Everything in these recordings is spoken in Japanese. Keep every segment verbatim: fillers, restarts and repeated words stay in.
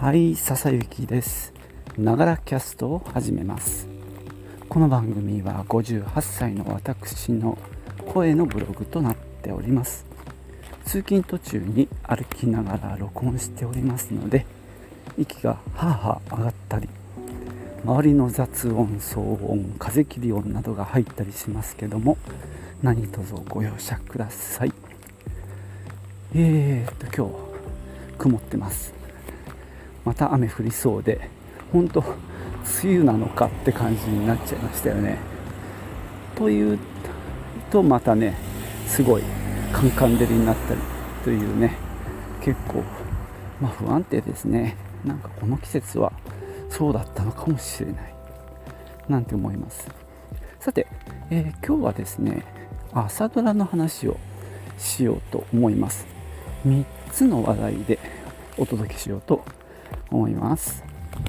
はい、笹雪です。ながらキャストを始めます。この番組はごじゅうはっさいの私の声のブログとなっております。通勤途中に歩きながら録音しておりますので、息がはあはあ上がったり、周りの雑音、騒音、風切り音などが入ったりしますけども、何卒ご容赦ください。えーっと今日曇ってます。また雨降りそうで、本当梅雨なのかって感じになっちゃいましたよね。というとまたね、すごいカンカン照りになったりというね、結構まあ不安定ですね。なんかこの季節はそうだったのかもしれないなんて思います。さて、えー、今日はですね、朝ドラの話をしようと思います。みっつの話題でお届けしようと思います。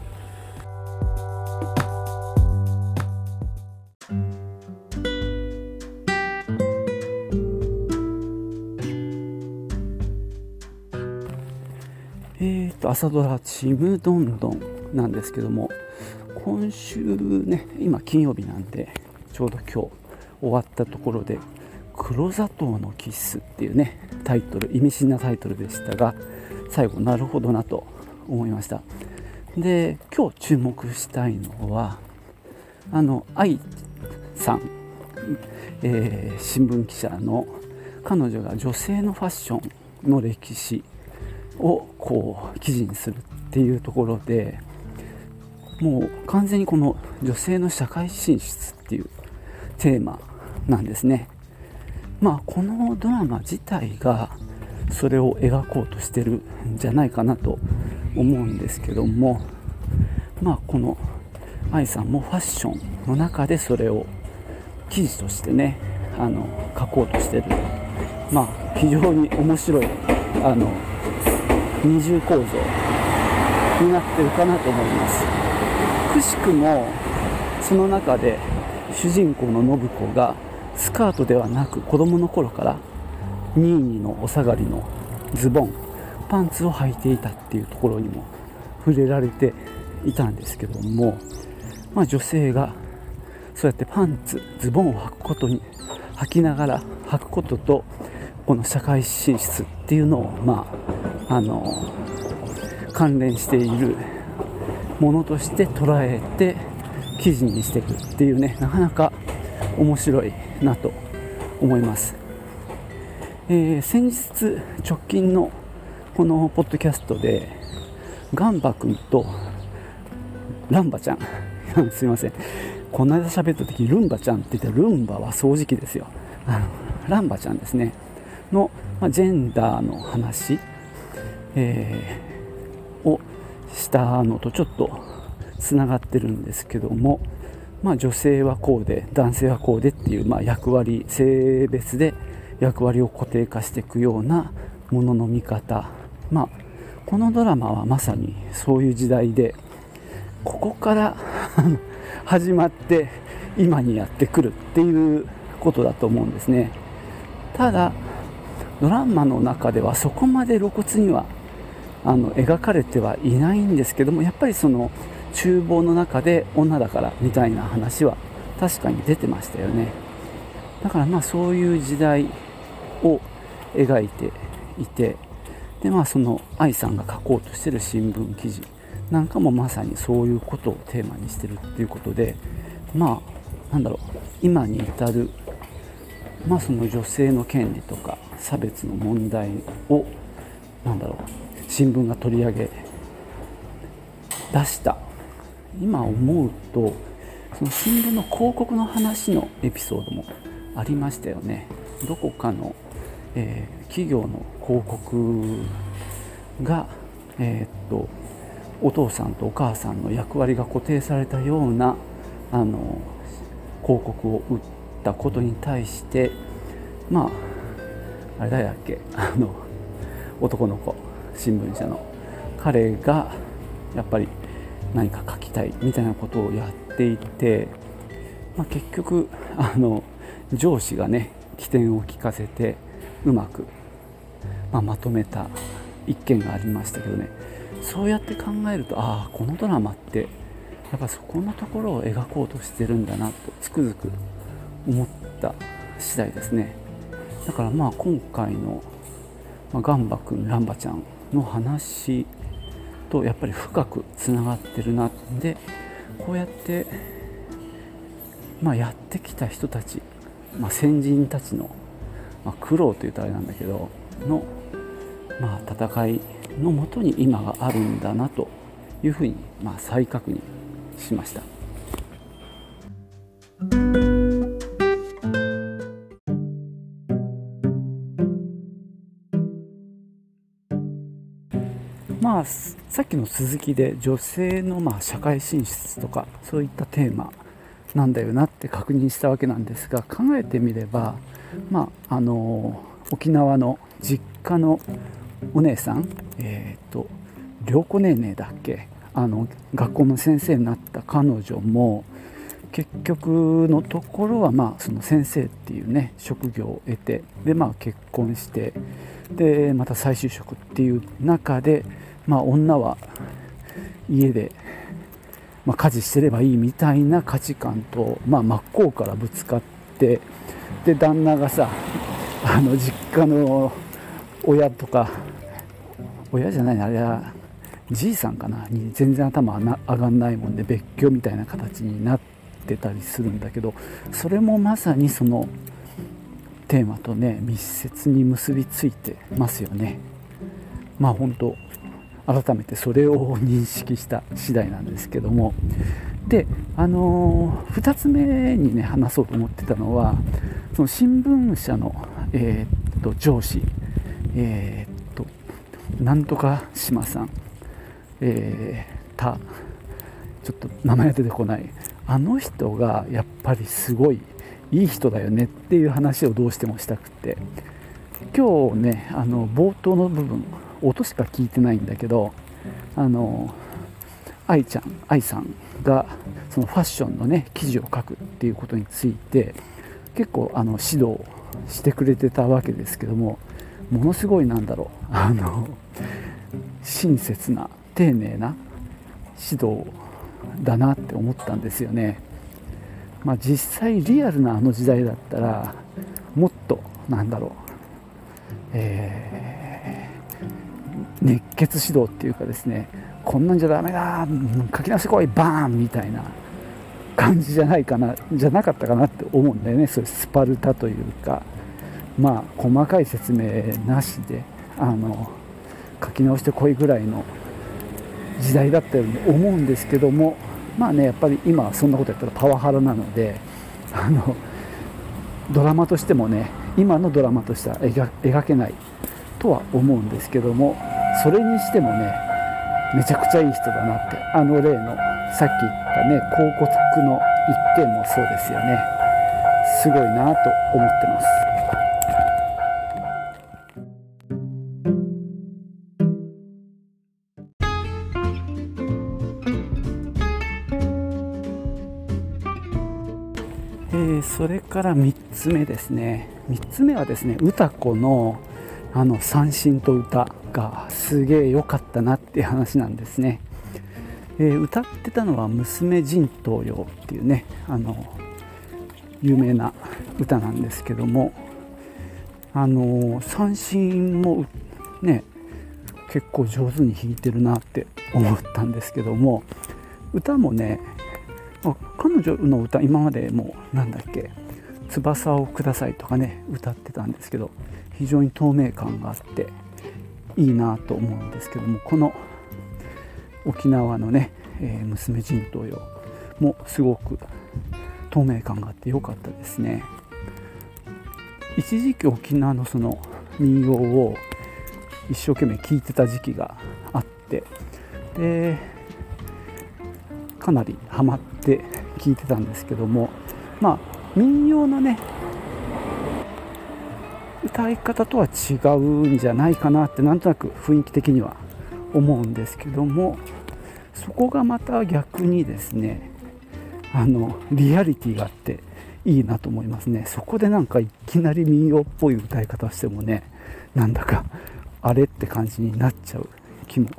えーと朝ドラちむどんどんなんですけども、今週ね、今金曜日なんでちょうど今日終わったところで、黒砂糖のキスっていうねタイトル、意味深なタイトルでしたが、最後なるほどなと思いました。で、今日注目したいのはあの愛さん、えー、新聞記者の彼女が女性のファッションの歴史をこう記事にするっていうところで、もう完全にこの女性の社会進出っていうテーマなんですね。まあこのドラマ自体がそれを描こうとしてるんじゃないかなと思うんですけども、まあこの愛さんもファッションの中でそれを記事としてね、あの書こうとしてる、まあ非常に面白いあの二重構造になってるかなと思います。くしくもその中で主人公の信子がスカートではなく、子供の頃からニーニーのお下がりのズボン、パンツを履いていたっていうところにも触れられていたんですけども、まあ、女性がそうやってパンツ、ズボンを履くことに履きながら履くことと、この社会進出っていうのを、まあ、あの関連しているものとして捉えて記事にしていくっていうね、なかなか面白いなと思います。えー、先日直近のこのポッドキャストでガンバ君とランバちゃんすいません、この間喋った時ルンバちゃんって言って、ルンバは掃除機ですよ。あのランバちゃんですねの、まあ、ジェンダーの話、えー、をしたのとちょっとつながってるんですけども、まあ、女性はこうで男性はこうでっていう、まあ、役割、性別で役割を固定化していくようなものの見方、まあ、このドラマはまさにそういう時代で、ここから始まって今にやってくるっていうことだと思うんですね。ただドラマの中ではそこまで露骨にはあの描かれてはいないんですけども、やっぱりその厨房の中で女だからみたいな話は確かに出てましたよね。だからまあそういう時代を描いていて、でまあその愛さんが書こうとしている新聞記事なんかもまさにそういうことをテーマにしてるっていうことで、まあなんだろう、今に至る、まあその女性の権利とか差別の問題をなんだろう新聞が取り上げ出した。今思うとその新聞の広告の話のエピソードもありましたよね。どこかの、えー、企業の広告が、えー、っとお父さんとお母さんの役割が固定されたようなあの広告を打ったことに対して、まああれ誰だっけ、あの男の子、新聞社の彼がやっぱり何か書きたいみたいなことをやっていて、まあ、結局あの上司がね機転を利かせてうまく、まあ、まとめた一件がありましたけどね、 そうやって考えると、ああこのドラマってやっぱそこのところを描こうとしてるんだなとつくづく思った次第ですね。だからまあ今回の、まあ、ガンバくんランバちゃんの話とやっぱり深くつながってるな。でこうやって、まあ、やってきた人たち、まあ、先人たちの、まあ、苦労というとあれなんだけどの、まあ、戦いのもとに今があるんだなというふうに、まあ、再確認しました。まあ、さっきの続きで女性のまあ社会進出とかそういったテーマなんだよなって確認したわけなんですが、考えてみれば、まあ、あの沖縄の実家のお姉さん、えーと良子ねーねーだっけ、あの学校の先生になった彼女も結局のところは、まあ、その先生っていうね職業を得て、で、まあ、結婚して、でまた再就職っていう中で、まあ、女は家で、まあ、家事してればいいみたいな価値観と、まあ、真っ向からぶつかって、で旦那がさ、あの実家の親とか親じゃないなあれはじいさんかなに全然頭上がんないもんで別居みたいな形になってたりするんだけど、それもまさにそのテーマとね密接に結びついてますよね。まあ本当改めてそれを認識した次第なんですけども、であのー、ふたつめにね話そうと思ってたのは、その新聞社の、えー、っと上司、えー、っとなんとか島さん、えー、たちょっと名前が出てこない、あの人がやっぱりすごいいい人だよねっていう話をどうしてもしたくて、今日ねあの冒頭の部分音しか聞いてないんだけど、あの愛ちゃん愛さんがそのファッションのね記事を書くっていうことについて結構あの指導してくれてたわけですけども、ものすごいなんだろうあの親切な丁寧な指導だなって思ったんですよね。まあ、実際リアルなあの時代だったらもっとなんだろう、えー、熱血指導っていうかですね、こんなんじゃダメだ書き直してこいバーンみたいな感じじゃないかなじゃなかったかなって思うんだよね。そういうスパルタというか、まあ細かい説明なしであの書き直してこいぐらいの時代だったように思うんですけども、まあねやっぱり今はそんなことやったらパワハラなので、あのドラマとしてもね今のドラマとしては 描, 描けないとは思うんですけども、それにしてもねめちゃくちゃいい人だなって、あの例のさっき言ったね広告の一件もそうですよね。すごいなと思ってます。えー、それからみっつめですね。みっつめはですね、歌子のあの三振と歌がすげえ良かったなっていう話なんですね。えー、歌ってたのは娘陣東洋っていうねあの有名な歌なんですけども、あの三振もね結構上手に弾いてるなって思ったんですけども、歌もね彼女の歌今までもなんだっけ翼をくださいとかね歌ってたんですけど、非常に透明感があっていいなと思うんですけども、この沖縄のね、えー、娘陣東洋もすごく透明感があって良かったですね。一時期沖縄のその民謡を一生懸命聴いてた時期があって、でかなりハマって聴いてたんですけども、まあ民謡のね歌い方とは違うんじゃないかなってなんとなく雰囲気的には思うんですけども、そこがまた逆にですねあのリアリティがあっていいなと思いますね。そこでなんかいきなり民謡っぽい歌い方してもねなんだかあれって感じになっちゃう気も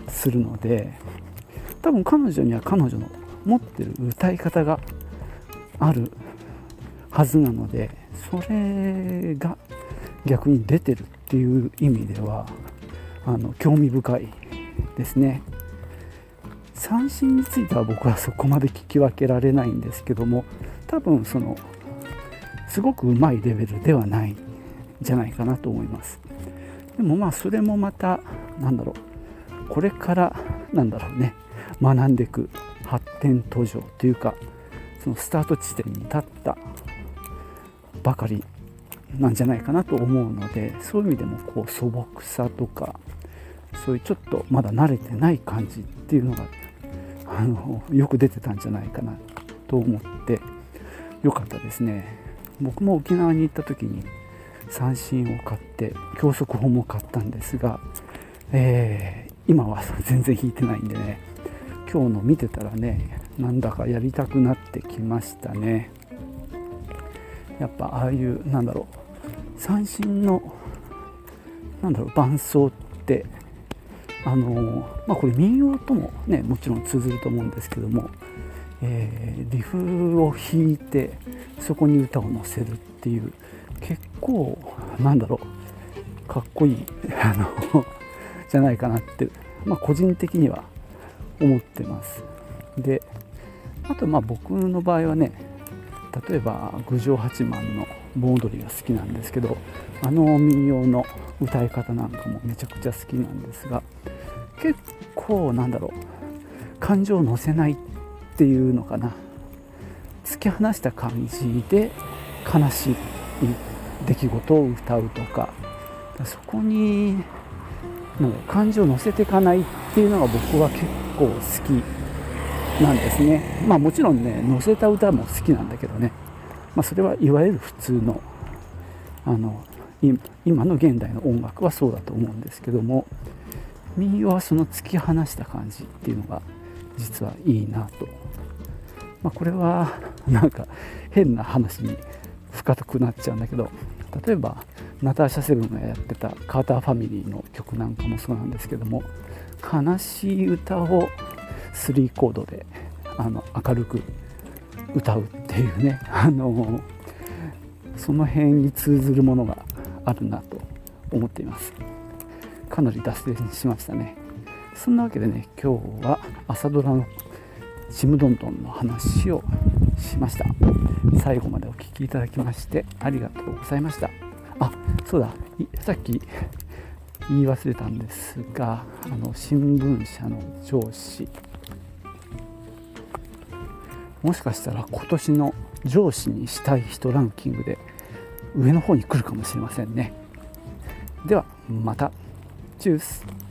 するので、多分彼女には彼女の持ってる歌い方があるはずなので、それが逆に出てるっていう意味ではあの興味深いですね。三振については僕はそこまで聞き分けられないんですけども、多分そのすごくうまいレベルではないんじゃないかなと思います。でもまあそれもまたなんだろう、これからなんだろうね、学んでいく発展途上というか、そのスタート地点に立ったばかりなんじゃないかなと思うので、そういう意味でもこう素朴さとか、そういうちょっとまだ慣れてない感じっていうのがあのよく出てたんじゃないかなと思ってよかったですね。僕も沖縄に行った時に三振を買って教則法も買ったんですが、えー、今は全然弾いてないんでね、今日の見てたらね、なんだかやりたくなってきましたね。やっぱああいうなんだろう、三振のなんだろう伴奏ってあのまあこれ民謡ともねもちろん通ずると思うんですけども、えー、リフを弾いてそこに歌を乗せるっていう、結構なんだろうかっこいいあのじゃないかなって、まあ、個人的には思ってます。であとまあ僕の場合はね、例えば郡上八幡の盆踊りが好きなんですけど、あの民謡の歌い方なんかもめちゃくちゃ好きなんですが、結構なんだろう感情を乗せないっていうのかな、突き放した感じで悲しい出来事を歌うとか、そこになんか感情を乗せていかないっていうのが僕は結構好きなんですね。まあもちろんね乗せた歌も好きなんだけどね、まあ、それはいわゆる普通のあの今の現代の音楽はそうだと思うんですけども、民謡はその突き放した感じっていうのが実はいいなと。まあ、これはなんか変な話に深くなっちゃうんだけど、例えばナターシャセブンがやってたカーターファミリーの曲なんかもそうなんですけども、悲しい歌をスリーコードであの明るく歌うっていうね、あのその辺に通ずるものがあるなと思っています。かなり脱線しましたね。そんなわけでね、今日は朝ドラのちむどんどんの話をしました。最後までお聞きいただきましてありがとうございました。あ、そうだ、さっき言い忘れたんですが、あの新聞社の上司、もしかしたら今年の上司にしたい人ランキングで上の方に来るかもしれませんね。ではまた。チュース。